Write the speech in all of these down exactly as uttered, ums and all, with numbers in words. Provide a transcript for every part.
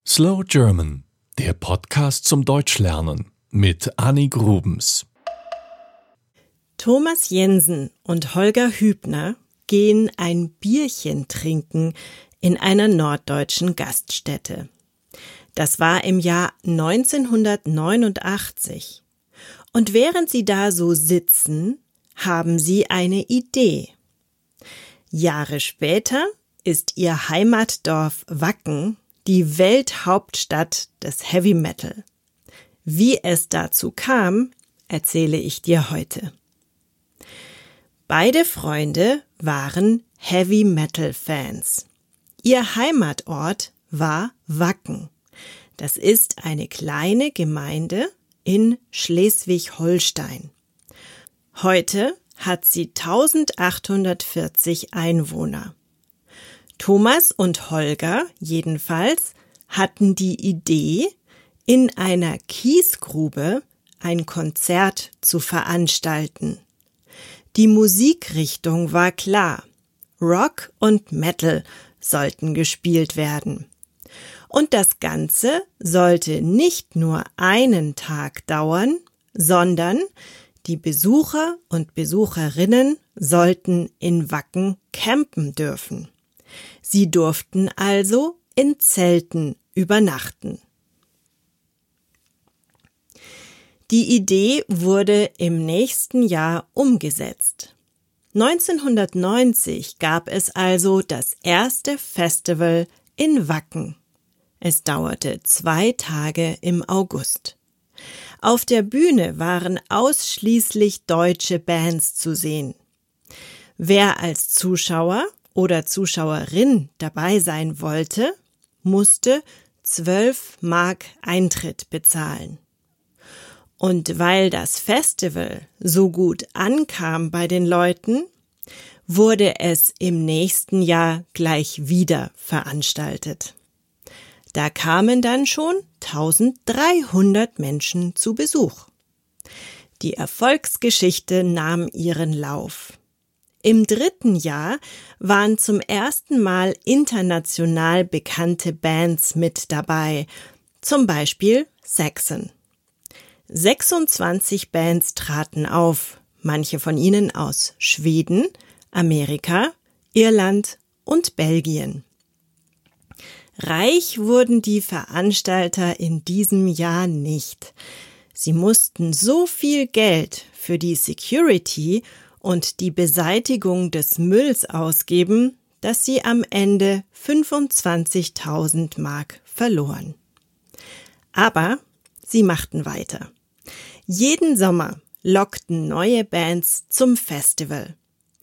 Slow German, der Podcast zum Deutschlernen mit Anni Grubens. Thomas Jensen und Holger Hübner gehen ein Bierchen trinken in einer norddeutschen Gaststätte. Das war im Jahr neunzehnhundertneunundachtzig. Und während sie da so sitzen, haben sie eine Idee. Jahre später ist ihr Heimatdorf Wacken die Welthauptstadt des Heavy Metal. Wie es dazu kam, erzähle ich dir heute. Beide Freunde waren Heavy Metal Fans. Ihr Heimatort war Wacken. Das ist eine kleine Gemeinde in Schleswig-Holstein. Heute hat sie eintausendachthundertvierzig Einwohner. Thomas und Holger jedenfalls hatten die Idee, in einer Kiesgrube ein Konzert zu veranstalten. Die Musikrichtung war klar. Rock und Metal sollten gespielt werden. Und das Ganze sollte nicht nur einen Tag dauern, sondern die Besucher und Besucherinnen sollten in Wacken campen dürfen. Sie durften also in Zelten übernachten. Die Idee wurde im nächsten Jahr umgesetzt. neunzehnhundertneunzig gab es also das erste Festival in Wacken. Es dauerte zwei Tage im August. Auf der Bühne waren ausschließlich deutsche Bands zu sehen. Wer als Zuschauer oder Zuschauerin dabei sein wollte, musste zwölf Mark Eintritt bezahlen. Und weil das Festival so gut ankam bei den Leuten, wurde es im nächsten Jahr gleich wieder veranstaltet. Da kamen dann schon eintausenddreihundert Menschen zu Besuch. Die Erfolgsgeschichte nahm ihren Lauf. Im dritten Jahr waren zum ersten Mal international bekannte Bands mit dabei, zum Beispiel Saxon. sechsundzwanzig Bands traten auf, manche von ihnen aus Schweden, Amerika, Irland und Belgien. Reich wurden die Veranstalter in diesem Jahr nicht. Sie mussten so viel Geld für die Security und die Beseitigung des Mülls ausgeben, dass sie am Ende fünfundzwanzigtausend Mark verloren. Aber sie machten weiter. Jeden Sommer lockten neue Bands zum Festival.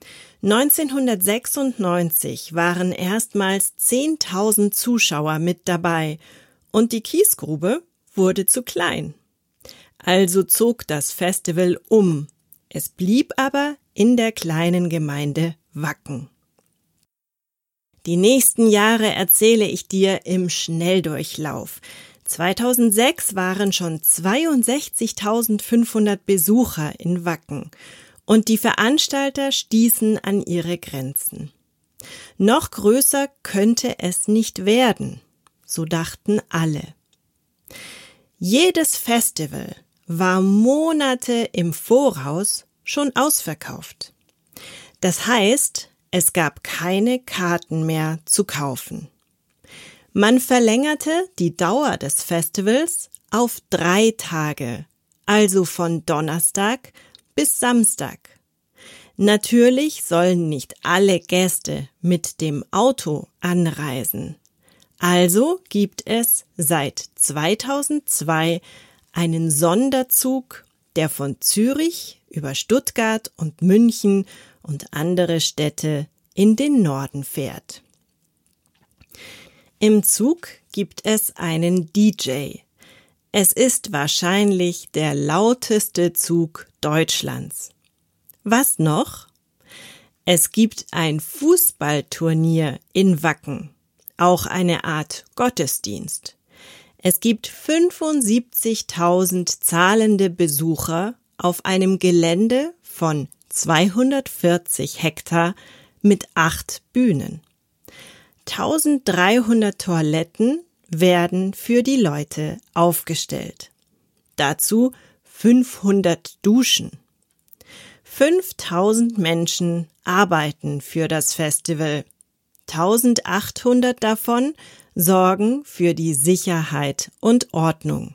neunzehnhundertsechsundneunzig waren erstmals zehntausend Zuschauer mit dabei und die Kiesgrube wurde zu klein. Also zog das Festival um. Es blieb aber in der kleinen Gemeinde Wacken. Die nächsten Jahre erzähle ich dir im Schnelldurchlauf. zweitausendsechs waren schon zweiundsechzigtausendfünfhundert Besucher in Wacken und die Veranstalter stießen an ihre Grenzen. Noch größer könnte es nicht werden, so dachten alle. Jedes Festival war Monate im Voraus schon ausverkauft. Das heißt, es gab keine Karten mehr zu kaufen. Man verlängerte die Dauer des Festivals auf drei Tage, also von Donnerstag bis Samstag. Natürlich sollen nicht alle Gäste mit dem Auto anreisen. Also gibt es seit zweitausendzwei einen Sonderzug, der von Zürich über Stuttgart und München und andere Städte in den Norden fährt. Im Zug gibt es einen D J. Es ist wahrscheinlich der lauteste Zug Deutschlands. Was noch? Es gibt ein Fußballturnier in Wacken, auch eine Art Gottesdienst. Es gibt fünfundsiebzigtausend zahlende Besucher auf einem Gelände von zweihundertvierzig Hektar mit acht Bühnen. eintausenddreihundert Toiletten werden für die Leute aufgestellt. Dazu fünfhundert Duschen. fünftausend Menschen arbeiten für das Festival. eintausendachthundert davon sorgen für die Sicherheit und Ordnung.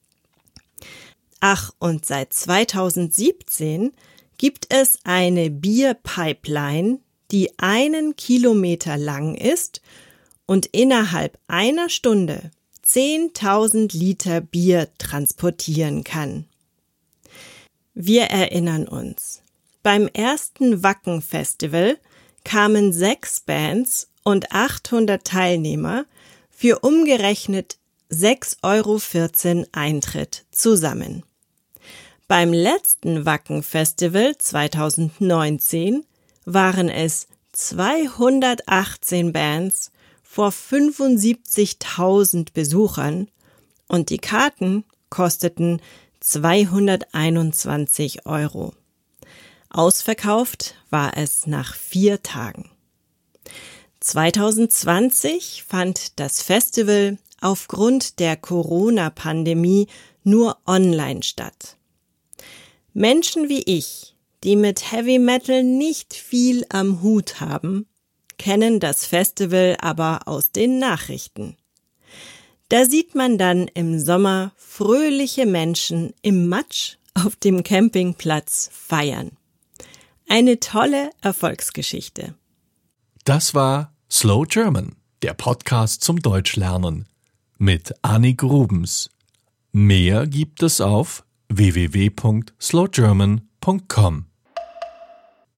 Ach, und seit zweitausendsiebzehn gibt es eine Bierpipeline, die einen Kilometer lang ist und innerhalb einer Stunde zehntausend Liter Bier transportieren kann. Wir erinnern uns, beim ersten Wacken-Festival kamen sechs Bands und achthundert Teilnehmer für umgerechnet sechs Euro vierzehn Eintritt zusammen. Beim letzten Wacken-Festival zweitausendneunzehn waren es zweihundertachtzehn Bands vor fünfundsiebzigtausend Besuchern und die Karten kosteten zweihunderteinundzwanzig Euro. Ausverkauft war es nach vier Tagen. zweitausendzwanzig fand das Festival aufgrund der Corona-Pandemie nur online statt. Menschen wie ich, die mit Heavy Metal nicht viel am Hut haben, kennen das Festival aber aus den Nachrichten. Da sieht man dann im Sommer fröhliche Menschen im Matsch auf dem Campingplatz feiern. Eine tolle Erfolgsgeschichte. Das war Slow German, der Podcast zum Deutschlernen mit Annik Grubens. Mehr gibt es auf w w w punkt slow german punkt com.